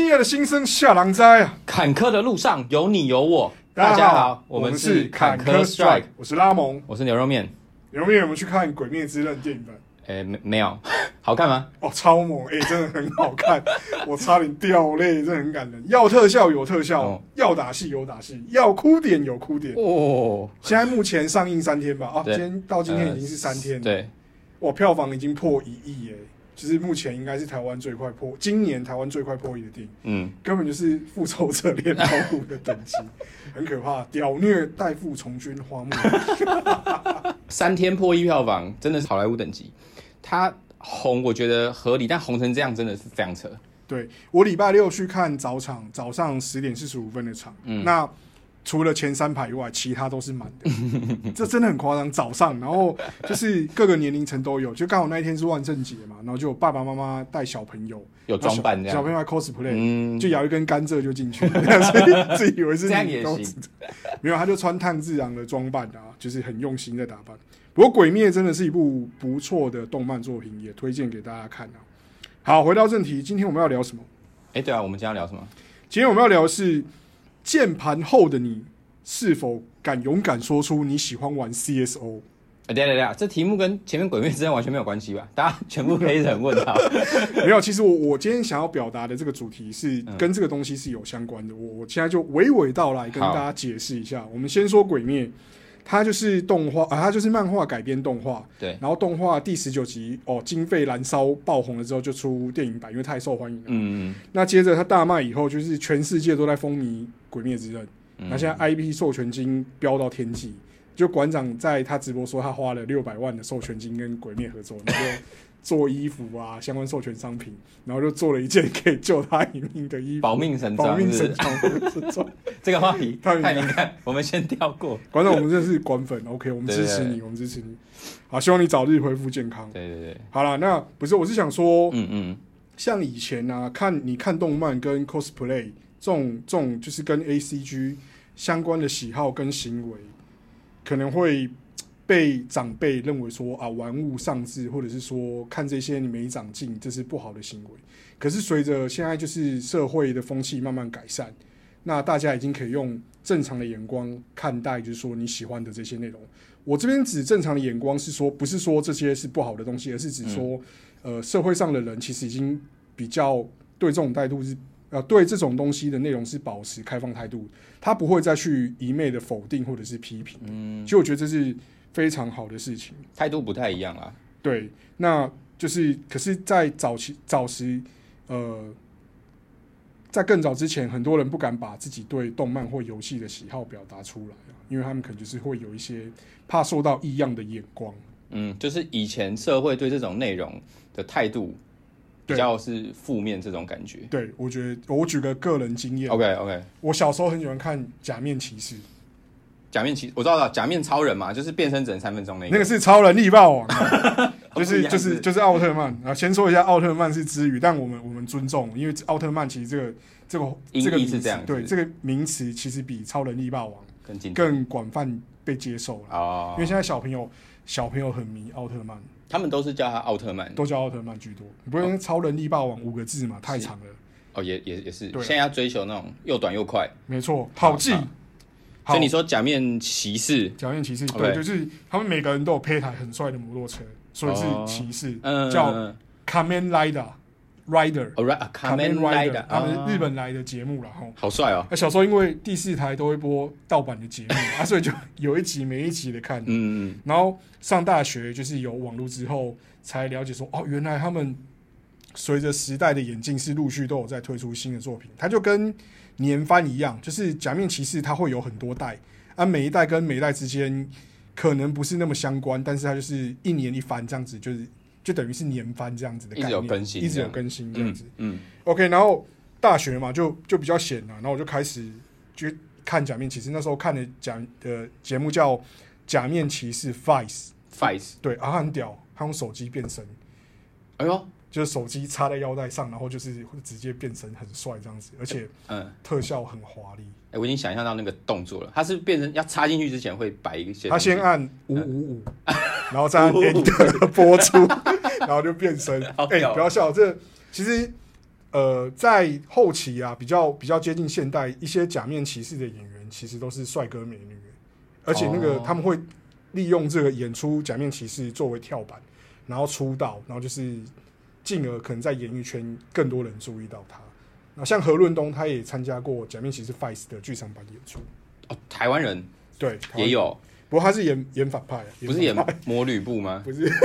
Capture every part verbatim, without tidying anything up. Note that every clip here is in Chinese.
业的新生下狼灾啊！ 坎坷的路上有你有我。大家好， 我们是坎坷 Strike， 我是拉蒙， 我是牛肉面。 牛肉面，我们去看《鬼灭之刃》电影版。 诶、没没有，好看吗？ 哦，超猛！哎、欸，真的很好看，我差点掉泪，真的很感人。要特效有特效，哦、要打戏有打戏，要哭点有哭点。哦，现在目前上映三天吧？啊，今天到今天已经是三天了。 呃、对， 哇，票房已经破一亿耶！就是目前应该是台湾最快破，今年台湾最快破亿的电影，嗯，根本就是复仇者联盟五的等级，很可怕，屌虐代父从军花木兰， 三天破亿票房，真的是好莱坞等级。它红我觉得合理，但红成这样真的是非常扯。 对，我礼拜六去看早场，早上十点四十五分的场，嗯，那除了前三排以外，其他都是满的，这真的很夸张。早上，然后就是各个年龄层都有，就刚好那一天是万圣节嘛，然后就有爸爸妈妈带小朋友， 有装扮这样， 小朋友还 cosplay，、嗯、就咬一根甘蔗就进去了，所以自以为是这样也行。 没有，他就穿炭治郎的装扮啊，就是很用心在打扮。不过《鬼灭》真的是一部不错的动漫作品，也推荐给大家看啊。好，回到正题，今天我们要聊什么？ 哎、欸，对啊，我们今天要聊什么？ 今天我们要聊的是键盘后的你是否敢勇敢说出你喜欢玩 C S O？ 哎、欸，对对对，这题目跟前面《鬼灭之刃》完全没有关系吧？大家全部黑人问号。 没有，其实我我今天想要表达的这个主题是跟这个东西是有相关的。我我现在就娓娓道来跟大家解释一下。我们先说《鬼灭》。它就是动画啊，它就是漫画改编动画。 对， 然后动画第十九集哦，经费燃烧爆红了之后，就出电影版，因为太受欢迎了。嗯嗯。那接着它大卖以后，就是全世界都在风靡《鬼灭之刃》。嗯。那现在 I P 授权金飙到天际，就馆长在他直播说，他花了六百万的授权金跟鬼灭合作，然后就做衣服啊，相关授权商品，然后就做了一件可以救他一命的衣服， 保命神装， 保命神装。 这个话题太敏感，我们先跳过。 馆长，我们真的是馆粉 ，OK， 我们支持你，对对对，我们支持你。好，希望你早日恢复健康。 对对对。好啦，那不是，我是想说，嗯嗯，像以前啊，看你看动漫跟 cosplay 这种这种，就是跟 A C G 相关的喜好跟行为，可能会被长辈认为说啊，玩物丧志，或者是说看这些你没长进，这是不好的行为。可是随着现在就是社会的风气慢慢改善，那大家已经可以用正常的眼光看待，就是说你喜欢的这些内容。我这边指正常的眼光是说，不是说这些是不好的东西，而是指说，嗯、呃，社会上的人其实已经比较对这种态度是，呃，对这种东西的内容是保持开放态度，他不会再去一昧的否定或者是批评。嗯，其实我觉得这是非常好的事情， 态度不太一样啦。 对，那就是，可是，在早期早时，呃。在更早之前，很多人不敢把自己对动漫或游戏的喜好表达出来，因为他们可能就是会有一些怕受到异样的眼光。 嗯，就是以前社会对这种内容的态度比较是负面这种感觉。 对，我觉得我举个个人经验。 OK OK， 我小时候很喜欢看《假面骑士》。 假面骑，我知道了，假面超人嘛，就是变身只能三分钟那个。 那个是超人力霸王，就是就是就是奥特曼啊。先说一下，奥特曼是之语，但我们我们尊重，因为奥特曼其实这个这个这个意义是这样， 对这个名词其实比超人力霸王更更广泛被接受了。哦，因为现在小朋友小朋友很迷奥特曼， 他们都是叫他奥特曼， 都叫奥特曼居多。你不会用超人力霸王五个字嘛？太长了。 哦，也也也是，现在要追求那种又短又快。 没错，跑技。 所以你说假面骑士， 假面骑士，对， okay. 就是他们每个人都有配一台很帅的摩托车，所以是骑士，哦、叫 Kamen Rider，Rider，Kamen Rider， 他们是日本来的节目啦，吼， 好帅哦！ 那小时候因为第四台都会播盗版的节目啊，所以就有一集没一集的看，嗯嗯，然后上大学就是有网络之后才了解说，哦，原来他们随着时代的演进是陆续都有在推出新的作品，它就跟年番一样，就是假面骑士它会有很多代，啊，每一代跟每一代之间可能不是那么相关，但是它就是一年一番这样子，就是就等于是年番这样子的概念， 一直有更新， 一直有更新这样子。嗯, 嗯 ，OK， 然后大学嘛就就比较闲了，然后我就开始就看假面骑士，那时候看的假呃节目叫《假面骑士 Vice》 ，Vice， 对，啊，很屌，他用手机变身， 哎呦。 就是手机插在腰带上，然后就是会直接变成很帅这样子，而且特效很华丽。 哎、欸，我已经想象到那个动作了，它是变成要插进去之前会摆一些， 他先按五五五，然后再按 Enter 播出，然后就变身。哎、欸，不要笑，这其实呃，在后期啊，比较比较接近现代，一些假面骑士的演员其实都是帅哥美女，而且那个、哦、他们会利用这个演出假面骑士作为跳板，然后出道，然后就是进而可能在演艺圈更多人注意到他。那像何润东，他也参加过假面骑士 Vice 的剧场版演出。 哦，台湾人对也有， 不过他是演演反派、啊， 不是演魔吕布吗？ 不是。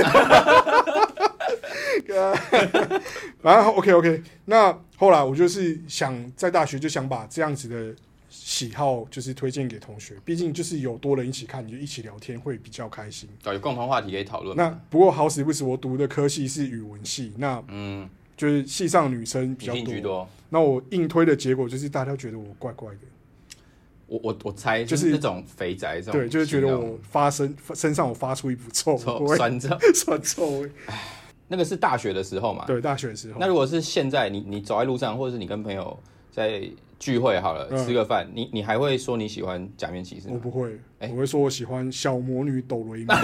反正 OK OK， 那后来我就是想在大学就想把这样子的喜好就是推荐给同学，毕竟就是有多人一起看，你就一起聊天会比较开心， 有共同话题可以讨论。 那不过好死不死我读的科系是语文系，那嗯，就是系上女生比较 多, 居多，那我硬推的结果就是大家觉得我怪怪的。 我我我猜就是那种肥宅这种， 对，就是觉得我发身身上我发出一股臭味， 酸臭酸臭味。 那个是大学的时候嘛？ 对，大学的时候。 那如果是现在，你你走在路上，或者是你跟朋友在聚会好了，嗯、吃个饭，你你还会说你喜欢假面骑士吗？ 我不会，欸、我会说我喜欢小魔女哆瑞咪。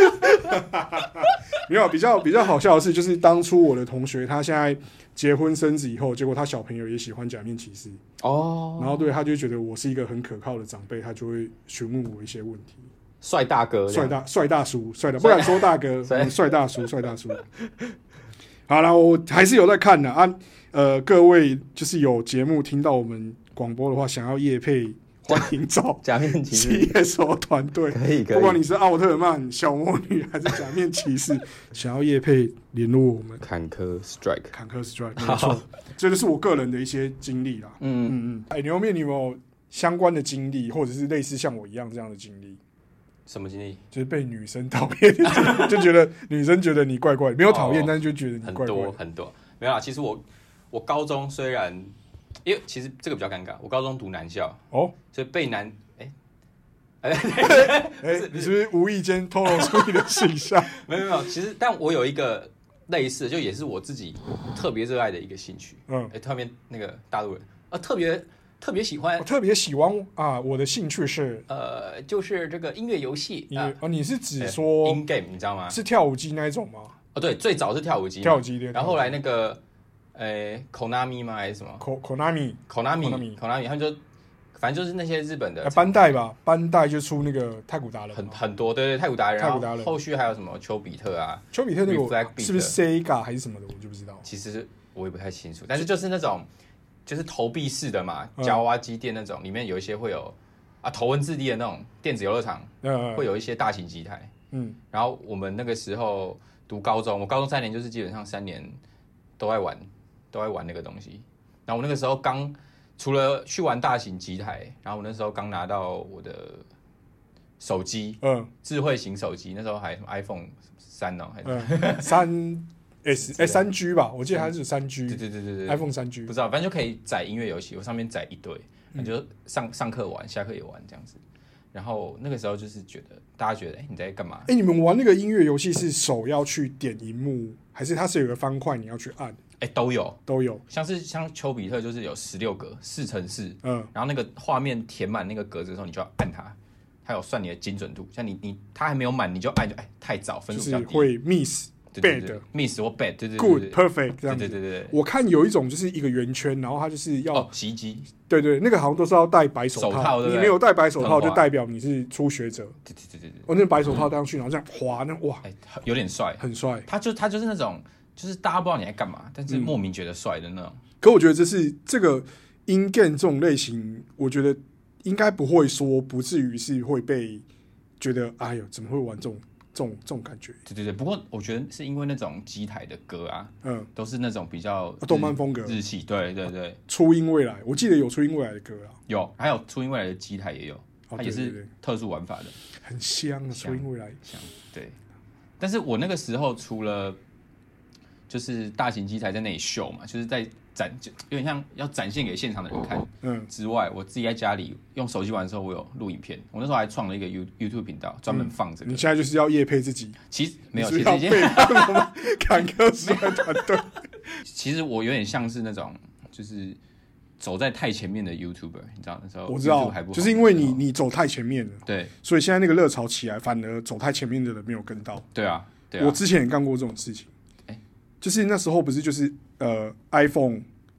没有，比较比较好笑的是，就是当初我的同学他现在结婚生子以后，结果他小朋友也喜欢假面骑士哦，然后对他就觉得我是一个很可靠的长辈，他就会询问我一些问题。 帅大哥， 帅大帅大叔，帅大不敢说大哥，帅大叔，帅大叔。好了，我还是有在看的啊。呃，各位就是有节目听到我们广播的话，想要业配，欢迎找假面骑士 C S O 团队， 可以可以。 不管你是奥特曼、小魔女还是假面骑士，想要业配联络我们。 坎坷 Strike， 坎坷 Strike， 没错，这就是我个人的一些经历啦。嗯嗯嗯。哎，牛面你有没有相关的经历，或者是类似像我一样这样的经历？ 什么经历？ 就是被女生讨厌，就觉得女生觉得你怪怪的，没有讨厌、哦，但是就觉得你怪怪的。 很多很多，没有啦。其实我我高中虽然，因为其实这个比较尴尬，我高中读男校哦，所以被男哎哎哎，你是不是无意间透露出你的形象？ 没有没有，其实但我有一个类似，就也是我自己特别热爱的一个兴趣。嗯，哎，特别那个大陆人啊，特别。特别喜欢， 我特别喜欢啊！我的兴趣是呃，就是这个音乐游戏啊。哦，你是指说 in game 你知道吗？ 是跳舞机那一种吗？ 哦，对，最早是跳舞机， 跳舞机的。 然后后来那个呃 ，Konami 吗？还是什么 ？Konami，Konami，Konami， 他们就反正就是那些日本的班代吧，班代就出那个太古达人， 很很多，对对，太古达人， 太古达人。 后续还有什么丘比特啊？ 丘比特那个是不是 Sega 还是什么的？我就不知道。 其实我也不太清楚，但是就是那种。就是投币式的嘛，夹娃娃机店那种，里面有一些会有啊头文字 D 的那种电子游乐场，嗯，会有一些大型机台，嗯，然后我们那个时候读高中，我高中三年就是基本上三年都在玩，都在玩那个东西。然后我那个时候刚除了去玩大型机台，然后我那时候刚拿到我的手机，嗯，智慧型手机，那时候还什么 iPhone 三哦，还是三。嗯S 哎三 G 吧，我记得它是三 G， 对对对对对 ，iPhone 三 G， 不知道，反正就可以载音乐游戏，我上面载一堆，你就上上课玩，下课也玩这样子。然后那个时候就是觉得大家觉得，哎、欸，你在干嘛？ 哎、欸，你们玩那个音乐游戏是手要去点荧幕，还是它是有个方块你要去按？ 哎、欸，都有都有，像是像丘比特就是有十六格，四乘四，嗯，然后那个画面填满那个格子的时候，你就要按它，它有算你的精准度，像你你它还没有满，你就按就哎、欸、太早，分数比较低， 就是会 miss。 bad miss 或 bad 对对对 good perfect 这样子，对对对对。 我看有一种就是一个圆圈，然后它就是要哦洗衣机， 对对，那个好像都是要戴白手套， 手套对对， 你没有戴白手套就代表你是初学者。 对对对对对。 我、哦、那白手套戴上去，然后这样滑，那哇， 欸、有点帅， 很帅。 他就他就是那种，就是大家不知道你在干嘛，但是莫名觉得帅的那种、嗯。 可我觉得这是这个 in game 这种类型，我觉得应该不会说不至于是会被觉得哎呦怎么会玩这种。这种这种感觉， 对对对。不过我觉得是因为那种机台的歌啊，嗯，都是那种比较、 啊、动漫风格、 日系，对对对。 初音未来，我记得有初音未来的歌啊， 有，还有初音未来的机台也有，哦、它也是特殊玩法的， 很香啊，初音未来香。对，但是我那个时候除了就是大型机台在那里秀嘛，就是在展，就有点像要展现给现场的人看。嗯，之外，我自己在家里用手机玩的时候，我有录影片。我那时候还创了一个 YouTube 频道，专门放这个、 嗯。你现在就是要业配自己？ 其实没有， 其实已经我们坎坷帅团队。 其实我有点像是那种，就是走在太前面的 YouTuber， 你知道那时候我知道， 还不就是因为你你走太前面了， 对， 所以现在那个热潮起来，反而走太前面的人没有跟到。 对啊，对啊。 我之前也干过这种事情。就是那时候不是就是呃 iPhone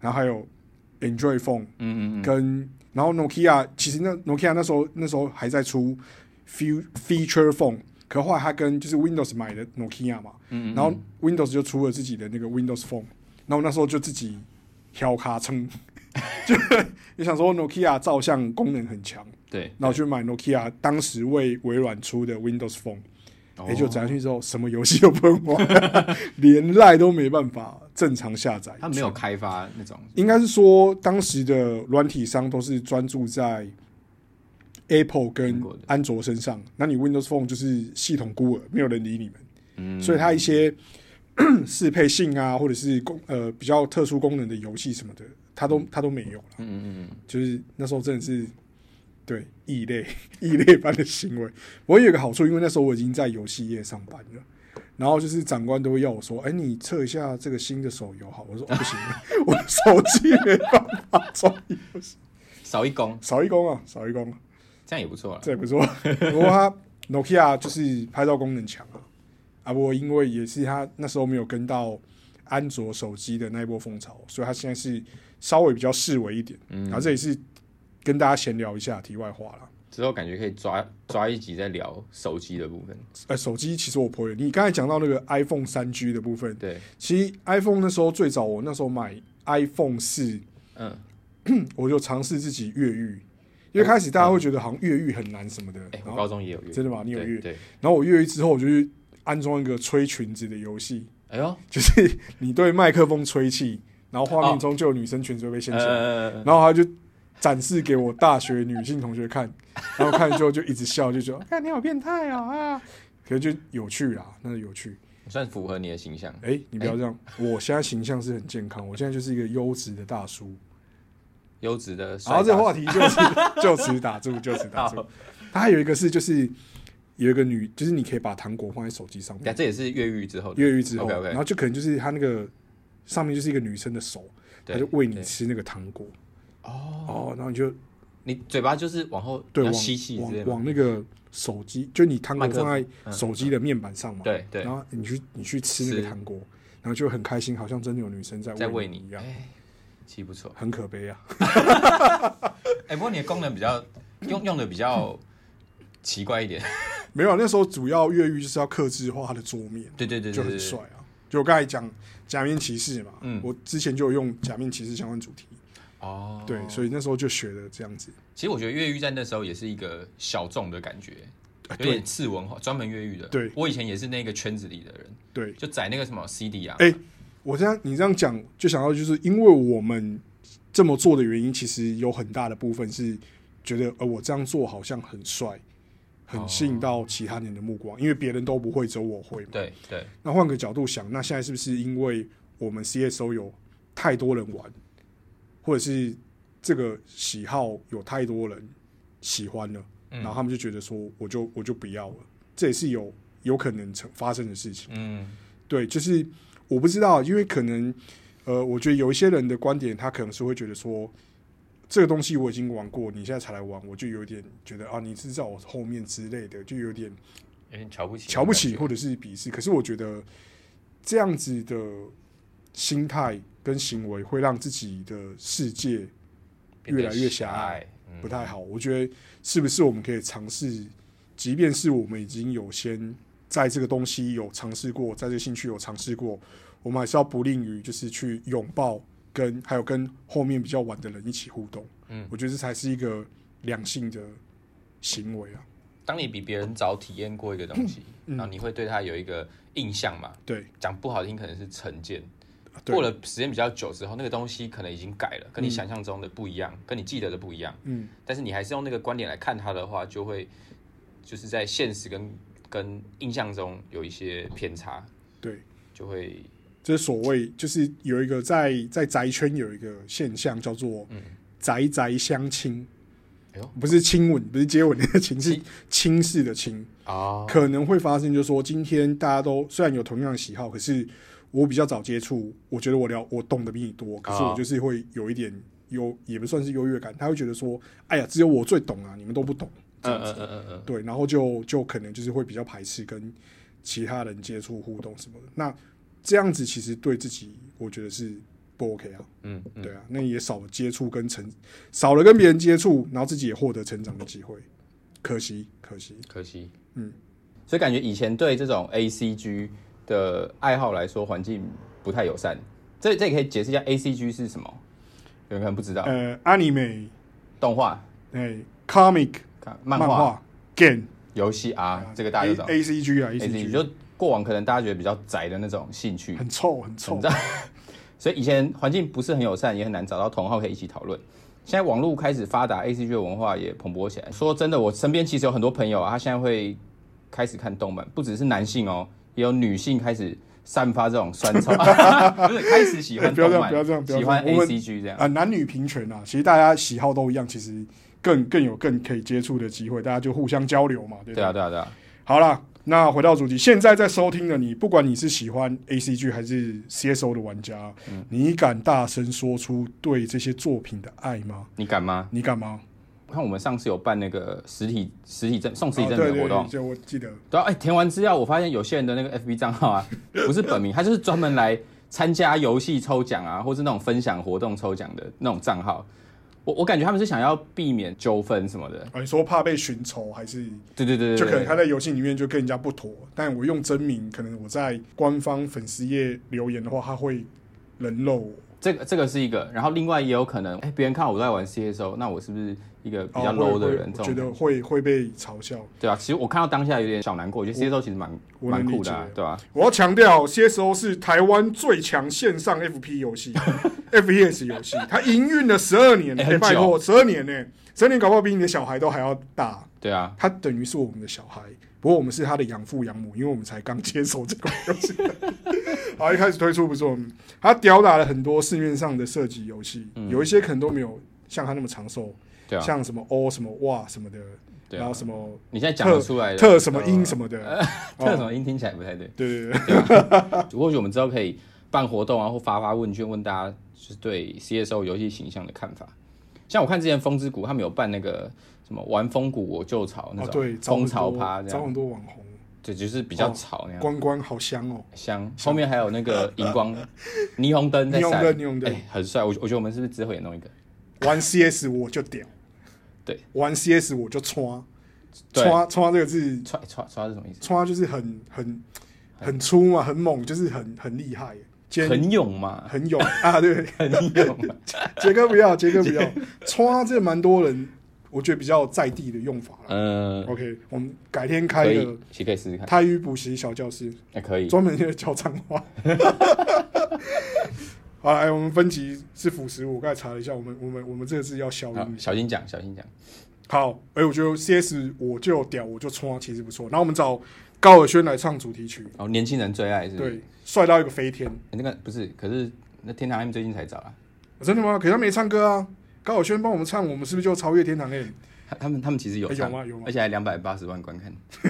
然后还有 Android Phone， 嗯嗯嗯，跟然后 Nokia 其实那 Nokia 那时候那时候还在出 Feature Phone， 可后来他跟就是 Windows 买的 Nokia 嘛，嗯嗯嗯，然后 Windows 就出了自己的那个 Windows Phone， 然后那时候就自己挑卡称，就也想说 Nokia 照相功能很强， 对， 然后就买 Nokia 当时为微软出的 Windows Phone。哎、欸，就载上去之后，什么游戏都不能玩，连赖都没办法正常下载。 他没有开发那种， 应该是说当时的软体商都是专注在 Apple 跟安卓身上，那你 Windows Phone 就是系统孤儿，没有人理你们，嗯、所以它一些适配性啊，或者是功呃比较特殊功能的游戏什么的，它都它都没有了。嗯嗯嗯，就是那时候真的是。对，异类异类般的行为。我有一个好处，因为那时候我已经在游戏业上班了，然后就是长官都会要我说：“哎、欸，你测一下这个新的手游好。”我说：“哦、不行，我的手机没办法装游戏。” 少一功， 少一功啊，少一功， 这样也不错了， 这也不错。不过它 Nokia 就是拍照功能强啊，啊，不过因为也是他那时候没有跟到安卓手机的那一波风潮，所以他现在是稍微比较式微一点。嗯，然后这也是。跟大家闲聊一下题外话啦， 之后感觉可以抓抓一集再聊手机的部分。 呃，手机其实我不会。你刚才讲到那个 iPhone 三 G 的部分， 对， 其实 iPhone 那时候最早我那时候买 iPhone 四，嗯，我就尝试自己越狱，因为开始大家会觉得好像越狱很难什么的。 哎、欸，我高中也有越狱， 真的吗？你有越狱？ 对。 然后我越狱之后，我就去安装一个吹裙子的游戏。 哎呦， 就是你对麦克风吹气，然后画面中就有女生裙子会被掀起来，呃、然后他就。展示给我大学女性同学看，然后看之后就一直笑，就觉得看你好变态哦啊！可是就有趣啦，那是有趣， 算符合你的形象。 哎、欸，你不要这样，欸、我现在形象是很健康，我现在就是一个优质的大叔， 优质的。 然后这个话题就此就此打住，就此打住。它还有一个是就是有一个女，就是你可以把糖果放在手机上面， 这也是越狱之后的， 越狱之后 okay, okay 然后就可能就是它那个上面就是一个女生的手，她就喂你吃那个糖果。哦, 哦，然后你就你嘴巴就是往后对吸气之类的， 往往那个手机，就你糖果放在手机的面板上嘛， 对、嗯、对， 然后你去你去吃那个糖果，然后就很开心，好像真的有女生在喂你一样， 欸、其实不错， 很可悲啊。 哎、欸，不过你的功能比较用用的比较奇怪一点， 没有，那时候主要越狱就是要客制化它的桌面， 对对 对, 对, 对, 对， 就很帅啊。就我刚才讲假面骑士嘛，嗯，我之前就有用假面骑士相关主题。哦，对，所以那时候就学了这样子。 其实我觉得越狱在那时候也是一个小众的感觉，有点次文化，专门越狱的。 对， 我以前也是那个圈子里的人。 对， 就载那个什么 C D 啊。 哎、欸，我这样你这样讲，就想到就是因为我们这么做的原因，其实有很大的部分是觉得，呃，我这样做好像很帅，很吸引到其他人的目光，因为别人都不会，只有我会嘛。 对对。 那换个角度想，那现在是不是因为我们 C S O 有太多人玩？或者是这个喜好有太多人喜欢了，嗯、然后他们就觉得说，我就我就不要了，这也是有有可能发生的事情。嗯，对，就是我不知道，因为可能呃，我觉得有一些人的观点，他可能是会觉得说，这个东西我已经玩过，你现在才来玩，我就有点觉得啊，你是在我后面之类的，就有点有点瞧不起， 瞧不起或者是鄙视。可是我觉得这样子的心态跟行为会让自己的世界越来越狭隘，不太好。我觉得是不是我们可以尝试，即便是我们已经有先在这个东西有尝试过，在这个兴趣有尝试过，我们还是要不吝于就是去拥抱跟还有跟后面比较晚的人一起互动。嗯，我觉得这才是一个良性的行为啊。 当你比别人早体验过一个东西，嗯、然后你会对它有一个印象嘛？ 对， 讲不好听可能是成见。过了时间比较久之后，那个东西可能已经改了，跟你想象中的不一样，嗯、跟你记得的不一样。嗯，但是你还是用那个观点来看它的话，就会就是在现实跟跟印象中有一些偏差。 对， 就会这是所谓就是有一个在在宅圈有一个现象叫做宅宅相亲。哎呦，不是亲吻，不是接吻的亲，是亲视的亲。哦，可能会发生，就是说今天大家都虽然有同样的喜好，可是我比较早接触，我觉得我了我懂得比你多，可是我就是会有一点优，也不算是优越感。他会觉得说，哎呀，只有我最懂啊，你们都不懂，这样子。嗯嗯嗯嗯对，然后就就可能就是会比较排斥跟其他人接触互动什么的。那这样子其实对自己，我觉得是不 OK 啊。嗯，嗯对啊，那也少了接触跟成，少了跟别人接触，然后自己也获得成长的机会，可惜，可惜， 可惜。嗯，所以感觉以前对这种 A C G 的爱好来说，环境不太友善。这这也可以解释一下 A C G 是什么？有人可能不知道。 呃 ，anime 动画， 哎、欸、，comic 漫画 ，game 游戏啊，这个大家都知道。 A C G 啊 ，A C G 就过往可能大家觉得比较宅的那种兴趣， 很臭很臭， 所以以前环境不是很友善，也很难找到同好可以一起讨论。现在网络开始发达 ，A C G 的文化也蓬勃起来。说真的，我身边其实有很多朋友啊，他现在会开始看动漫，不只是男性哦，也有女性开始散发这种酸臭，不是开始喜欢动漫， 不要这样，不要这样， 喜欢 A C G 这样啊、呃，男女平权啊，其实大家喜好都一样，其实更更有更可以接触的机会，大家就互相交流嘛，对不对？ 对啊，对啊，对啊。 好啦，那回到主题，现在在收听的你，不管你是喜欢 A C G 还是 C S O 的玩家，嗯、你敢大声说出对这些作品的爱吗？ 你敢吗？ 你敢吗？ 看我们上次有办那个实体实体证送实体证明的活动， 哦、对对对我记得。 对啊，哎、欸，填完资料，我发现有些人的那个 F B 账号啊，不是本名，他就是专门来参加游戏抽奖啊，或是那种分享活动抽奖的那种账号。我我感觉他们是想要避免纠纷什么的。 啊，你说怕被寻仇还是？ 对对 对, 对, 对， 就可能他在游戏里面就跟人家不妥，但我用真名，可能我在官方粉丝页留言的话，他会人肉我。 这个这个是一个，然后另外也有可能，哎，别人看我在玩 C S O， 那我是不是一个比较 low 的人？ 哦、我觉得会会被嘲笑。 对啊，其实我看到当下有点小难过，我觉得 C S O 其实蛮蛮酷的、啊，对吧、啊？ 我要强调 ，C S O 是台湾最强线上 F P 游戏，F P S 游戏，它营运了十二年，哎、欸，拜托，十二年呢、欸，十二年搞不好比你的小孩都还要大。 对啊， 它等于是我们的小孩，不过我们是他的养父养母，因为我们才刚接手这款游戏。好，一开始推出不错，他吊打了很多市面上的射击游戏、嗯，有一些可能都没有像他那么长寿，对啊，像什么 O 什么哇什么的，对啊、然后什么你现在讲得出来的特什么音什么的， 呃、特什么音听起来不太对， 对对对。 或许我们之后可以办活动啊，或发发问卷，问大家就是对 C S O 游戏形象的看法。像我看之前风之谷他们有办那个什么玩风谷我就潮那种风潮趴，这样找很多网红。 对，就是比较吵那样。 关关好香哦， 香。后面还有那个荧光、霓虹灯在闪， 霓虹灯，霓虹灯， 哎、欸，很帅。我我觉得我们是不是之后也弄一个？ 玩 C S 我就屌， 对， 玩 C S 我就穿，穿穿这个字， 穿穿穿是什么意思？ 穿就是很很很粗嘛，很猛，就是很很厉害， 很勇嘛， 很勇啊，对， 很勇。 杰哥不要，杰哥不要，穿这蛮多人。我觉得比较在地的用法啦。嗯 ，OK， 我们改天开个， 其实可以试试看。 台语补习小教室， 哎、欸，可以， 专门就教脏话。好，来，我们分级是辅食物，我刚才查了一下，我们我们我们这个字要消音， 小心讲，小心讲。 好，哎、欸，我觉得 C S 我就屌，我就冲，其实不错。然后我们找高尔宣来唱主题曲， 哦，年轻人最爱是不是？ 对，帅到一个飞天。 欸、那个不是，可是那天堂 M 最近才找啊。 真的吗？可是他没唱歌啊。高尔宣帮我们唱，我们是不是就超越天堂 M？ 他们他们其实有唱、 欸、有吗？有吗？ 而且还两百八十万观看，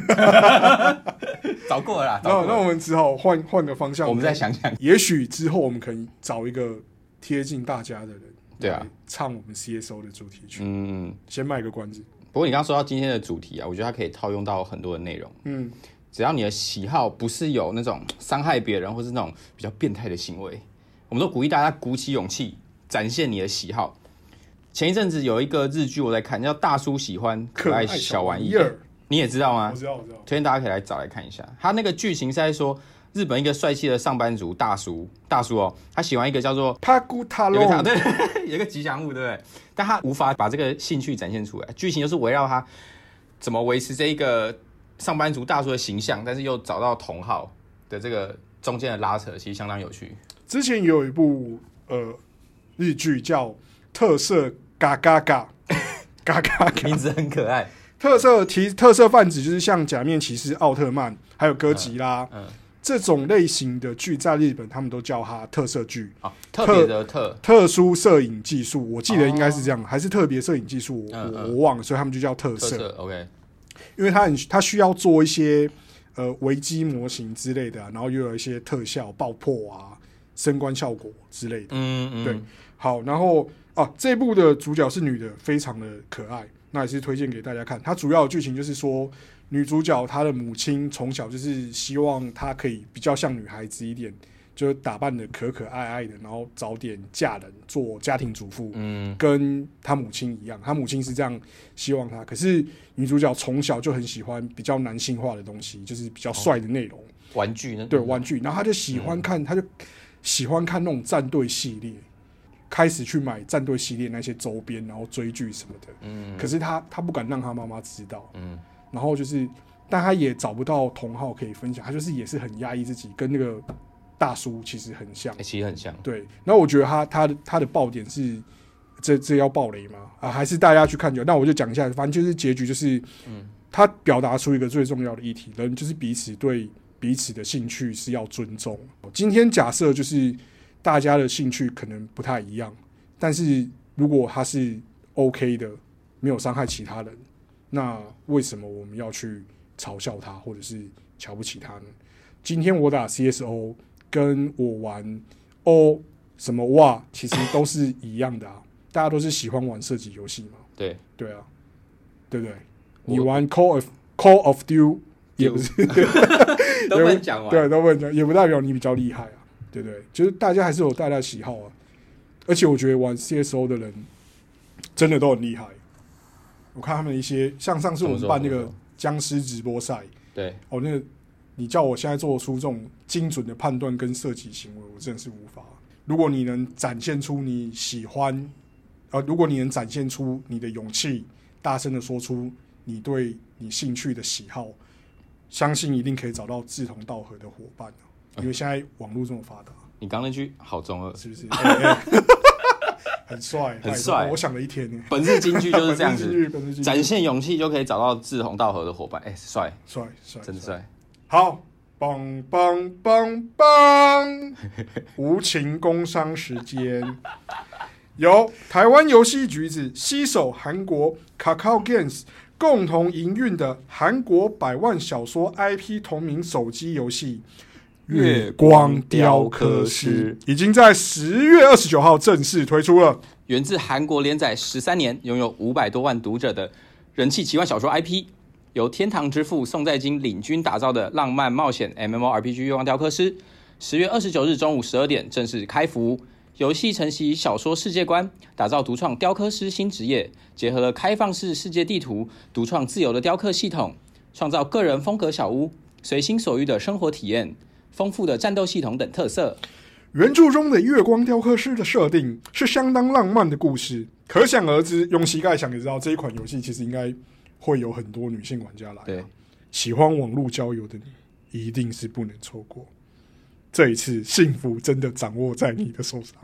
找过了啦。 那那我们只好换换个方向， 我们再想想。 也许之后我们可以找一个贴近大家的人， 对啊， 唱我们 C S O 的主题曲。 嗯， 先卖个关子。 不过你刚刚说到今天的主题啊，我觉得它可以套用到很多的内容。嗯，只要你的喜好不是有那种伤害别人或是那种比较变态的行为，我们都鼓励大家鼓起勇气，展现你的喜好。前一阵子有一个日剧我在看，叫《大叔喜欢可爱小玩意》，你也知道吗？ 我知道，我知道。 推荐大家可以来找来看一下。他那个剧情是在说，日本一个帅气的上班族大叔，大叔哦，他喜欢一个叫做帕古塔隆， 对，有一个吉祥物，对不对？但他无法把这个兴趣展现出来。剧情就是围绕他怎么维持这一个上班族大叔的形象，但是又找到同好的这个中间的拉扯，其实相当有趣。 之前有一部呃日剧叫《特色》。嘎嘎嘎，嘎嘎嘎， 名字很可爱。 特色提特色泛指就是像假面骑士、奥特曼，还有哥吉拉、嗯嗯、这种类型的剧，在日本他们都叫它特色剧。 哦、特别的特特殊摄影技术，我记得应该是这样，哦、还是特别摄影技术，我、嗯嗯、我忘了，所以他们就叫特色。 特色 OK， 因为它很它需要做一些呃微机模型之类的、啊，然后又有一些特效、爆破啊、声光效果之类的。嗯嗯，对，好，然后。啊，这部的主角是女的，非常的可爱，那也是推荐给大家看。它主要的剧情就是说，女主角她的母亲从小就是希望她可以比较像女孩子一点， 就是打扮的可可爱爱的，然后早点嫁人做家庭主妇，嗯，跟他母亲一样，他母亲是这样希望他。可是女主角从小就很喜欢比较男性化的东西，就是比较帅的内容，哦、 玩具呢？ 对，玩具。然后他就喜欢看，嗯、他就喜欢看那种战队系列，开始去买战队系列那些周边，然后追剧什么的。嗯，可是他他不敢让他妈妈知道，嗯，然后就是，但他也找不到同好可以分享，他就是也是很压抑自己，跟那个。大叔其实很像， 欸、其实很像。 对，然后我觉得他他的他的爆点是，这这要爆雷吗？啊，还是大家去看就？那我就讲一下，反正就是结局就是，嗯，他表达出一个最重要的议题，人就是彼此对彼此的兴趣是要尊重。今天假设就是大家的兴趣可能不太一样，但是如果他是 OK 的，没有伤害其他人，那为什么我们要去嘲笑他，或者是瞧不起他呢？今天我打 C S O。跟我玩 O 什么哇，其实都是一样的啊，大家都是喜欢玩射击游戏嘛。 对对啊，对不对？你玩 Call of Call of Duty 也不是都不能讲完， 对，都不能讲，也不代表你比较厉害啊，对不对？就是大家还是有大家的喜好啊。而且我觉得玩 C S O 的人真的都很厉害。我看他们一些，像上次我们办那个僵尸直播赛， 对， 哦，那个。你叫我现在做出这种精准的判断跟射击行为，我真的是无法。如果你能展现出你喜欢，呃，如果你能展现出你的勇气，大声的说出你对你兴趣的喜好，相信一定可以找到志同道合的伙伴、啊、因为现在网络这么发达。 你刚那句好中二， 是不是？欸欸很帅， 很帅。 我想了一天呢。 本日金句就是这样子，展现勇气就可以找到志同道合的伙伴。哎、欸，帅， 帅，帅， 真帅。 好，棒棒棒棒！无情工商时间，由台湾游戏橘子携手韩国 Kakao Games 共同营运的韩国百万小说 I P 同名手机游戏《月光雕刻师》已经在十月二十九号正式推出了。 源自韩国连载十三年、拥有五百多万读者的人气奇幻小说 I P。由天堂之父宋在京领军打造的浪漫冒险 M M O R P G 月光雕刻师，十月二十九日中午十二点正式开服。游戏承袭小说世界观，打造独创雕刻师新职业，结合了开放式世界地图、独创自由的雕刻系统，创造个人风格小屋、随心所欲的生活体验、丰富的战斗系统等特色。 原著中的月光雕刻师的设定是相当浪漫的故事，可想而知，用膝盖想也知道这一款游戏其实应该会有很多女性玩家来、啊， 对，喜欢网络交友的你一定是不能错过。这一次幸福真的掌握在你的手上。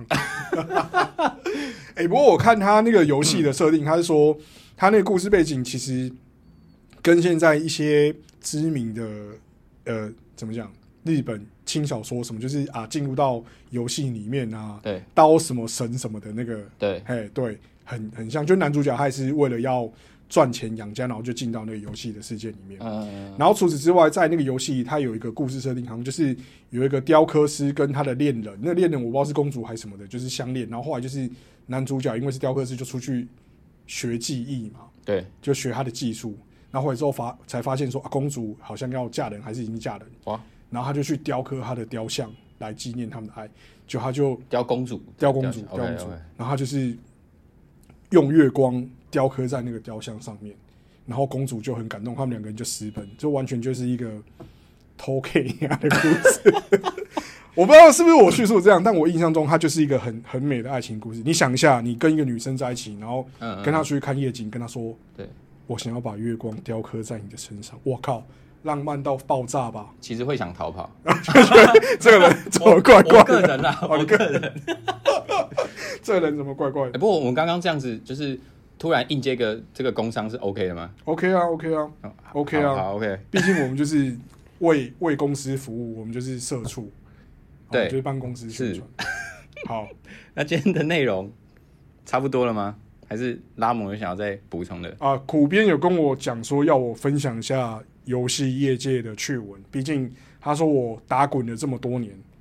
哎、欸，不过我看他那个游戏的设定，他是说他那个故事背景其实跟现在一些知名的呃怎么讲日本轻小说什么，就是啊进入到游戏里面啊， 对， 刀什么神什么的那个， 对， 嘿，对，很很像，就男主角他也是为了要赚钱养家，然后就进到那个游戏的世界里面。嗯，然后除此之外，在那个游戏它有一个故事设定，好像就是有一个雕刻师跟他的恋人，那恋人我不知道是公主还是什么的，就是相恋。然后后来就是男主角因为是雕刻师，就出去学技艺嘛， 对， 就学他的技术。然后后来之后发才发现说、啊，公主好像要嫁人，还是已经嫁人。哇！然后他就去雕刻他的雕像来纪念他们的爱。就他就雕公主， 雕公主，雕公主。Okay, okay. 然后他就是用月光雕刻在那个雕像上面，然后公主就很感动，他们两个人就私奔，就完全就是一个偷 K 一样的故事。我不知道是不是我叙述这样，但我印象中它就是一个很很美的爱情故事。你想一下，你跟一个女生在一起，然后跟她出去看夜景，跟她说：“对，我想要把月光雕刻在你的身上。”我靠，浪漫到爆炸吧！ 其实会想逃跑， 这个人怎么怪怪的？ 我个人啊，我个人， 这个人怎么怪怪的？ 欸、不过我们刚刚这样子，就是突然硬接个这个工商是 OK 的吗 ？OK 啊 ，OK 啊、哦、，OK 啊， 好 OK。 毕竟我们就是为为公司服务，我们就是社畜。对，就是帮公司宣传。好， 那今天的内容差不多了吗？还是拉蒙有想要再补充的？ 啊，苦编有跟我讲说要我分享一下游戏业界的趣闻，毕竟他说我打滚了这么多年，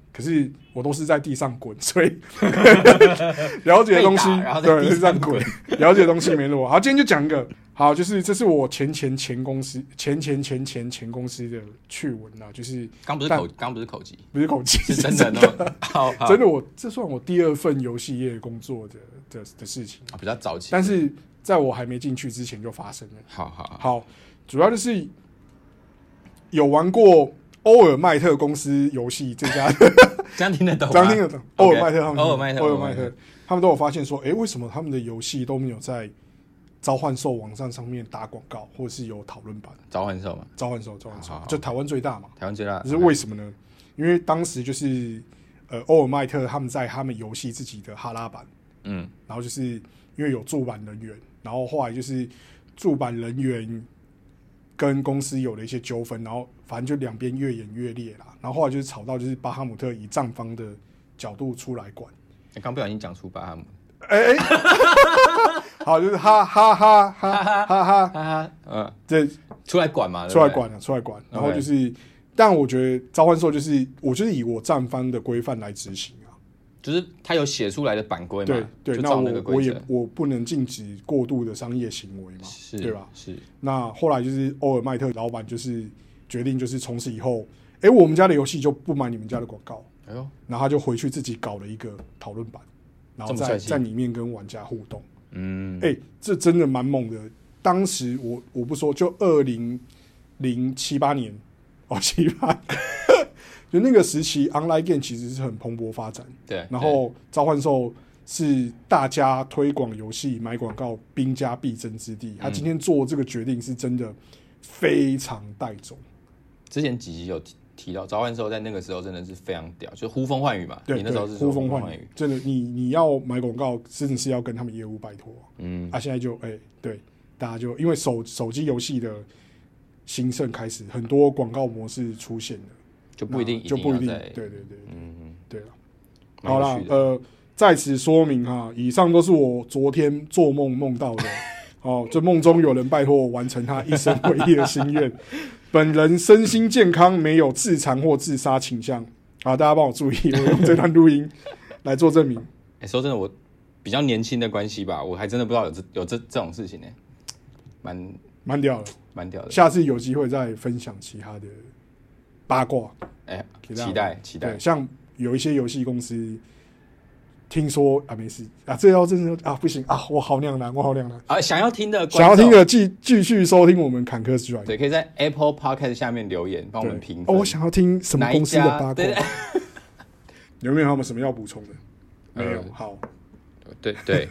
可是我都是在地上滚，所以了解的东西对地上滚，了解的东西没那么多。好，今天就讲一个，好，就是这是我前前前公司前前前前前公司的趣闻啦，就是刚不是口刚不是口技， 不是口技， 是真的呢。好， 真的我这算我第二份游戏业工作的的的事情， 比较早期， 但是在我还没进去之前就发生了。 好好 好, 好，主要就是有玩过欧尔麦特公司游戏这家， 这样听得懂吗？ 这样听得懂。欧尔麦特他们， 欧尔麦特， 欧尔麦特，他们都有发现说，哎、欸，为什么他们的游戏都没有在召唤兽网站上面打广告，或者是有讨论版？ 召唤兽嘛， 召唤兽，召唤兽，就台湾最大嘛， 台湾最大。 可是为什么呢？因为当时就是呃，欧尔麦特他们在他们游戏自己的哈拉版，嗯，然后就是因为有驻版人员，然后后来就是驻版人员跟公司有了一些纠纷，然后反正就两边越演越烈啦。然后后来就是吵到就是巴哈姆特以站方的角度出来管。 欸、刚不小心讲出巴哈姆， 哎哎、欸，好，就是哈哈哈哈哈哈哈哈，嗯，这出来管嘛， 出来管了，出来管。然后就是， okay. 但我觉得召唤兽就是，我就是以我站方的规范来执行啊。 就是他有写出来的版规嘛， 对对， 就那照那个规则。 我我也我不能禁止过度的商业行为嘛，对吧？ 是。 那后来就是欧尔麦特老板就是决定，就是从此以后，哎、欸，我们家的游戏就不买你们家的广告。哎呦，然后他就回去自己搞了一个讨论版，然后在在里面跟玩家互动。嗯，哎、欸，这真的蛮猛的。当时我我不说，就二零零七八年，哦七八。就那个时期 ，online game 其实是很蓬勃发展。 对， 然后召唤兽是大家推广游戏、买广告兵家必争之地。他今天做这个决定是真的非常带种。 之前几集有提提到召唤兽在那个时候真的是非常屌，就呼风唤雨嘛。 对， 你那时候是呼风唤雨，真的，你你要买广告，真的是要跟他们业务拜托。嗯，啊，现在就哎、欸，对，大家就因为手手机游戏的兴盛开始，很多广告模式出现了。 就不一定， 就不一定，对对对， 嗯， 对了，好啦，呃，在此说明哈，以上都是我昨天做梦梦到的，哦，这梦中有人拜托我完成他一生唯一的心愿，本人身心健康，没有自残或自杀倾向，好，大家帮我注意，我用这段录音来做证明。 哎、欸，说真的，我比较年轻的关系吧，我还真的不知道有这有这这种事情呢、欸，蛮蛮屌的， 蛮屌的， 下次有机会再分享其他的八卦， 哎、欸，期待期待。 像有一些游戏公司，听说啊，没事啊，这要真的啊，不行啊，我好两难，我好两难啊！想要听的， 想要听的，继继续收听我们坎坷之外， 对，可以在 Apple Podcast 下面留言，帮我们评分。 哦，我想要听什么公司的八卦？有没有他们什么要补充的？没有，呃、好， 对对。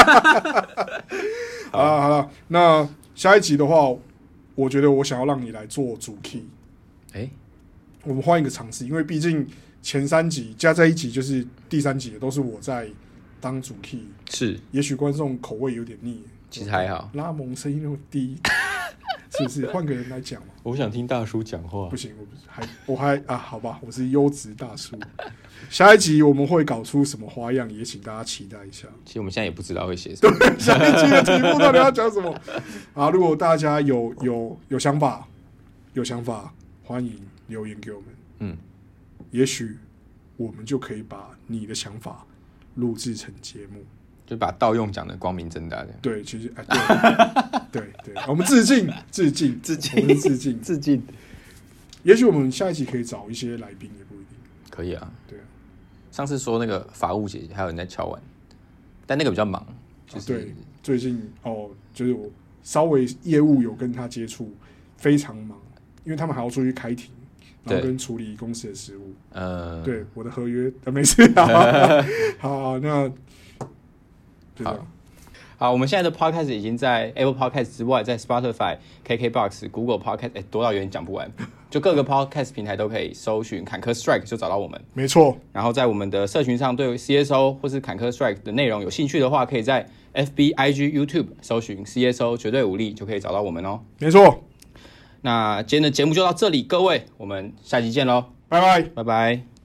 好了好了，那下一集的话，我觉得我想要让你来做主 key。 哎、欸， 我们换一个尝试，因为毕竟前三集加在一起就是第三集都是我在当主 key， 是， 也许观众口味有点腻， 其实还好， 拉蒙声音那么低，是不是？换个人来讲嘛。 我想听大叔讲话， 不行，我还我还啊，好吧，我是优质大叔。下一集我们会搞出什么花样，也请大家期待一下。 其实我们现在也不知道会写什么， 对，下一集的题目到底要讲什么啊？如果大家有有有想法，有想法。欢迎留言给我们，嗯，也许我们就可以把你的想法录制成节目， 就把盗用讲的光明正大的。 对，其实哎，对对对，我们致敬致敬致敬， 我们致敬致敬。 也许我们下一期可以找一些来宾，也不一定。 可以啊， 对啊。 上次说那个法务姐姐还有人在敲碗，但那个比较忙，就是、 啊、对，最近哦，就是我稍微业务有跟他接触，非常忙。因为他们还要出去开庭，然后跟处理公司的事务。呃，对，我的合约啊，没事啊。好，那好，好，我们现在的 podcast 已经在 Apple Podcast 之外，在 Spotify、K K Box、Google Podcast， 哎，多到有点讲不完，就各个 podcast 平台都可以搜寻坎坷 Strike 就找到我们。 没错。 然后在我们的社群上，对 C S O 或是坎坷 Strike 的内容有兴趣的话，可以在 F B、I G、YouTube 搜寻 C S O 绝对武力，就可以找到我们哦。 没错。 那今天的节目就到这里，各位，我们下期见喽， 拜拜， 拜拜。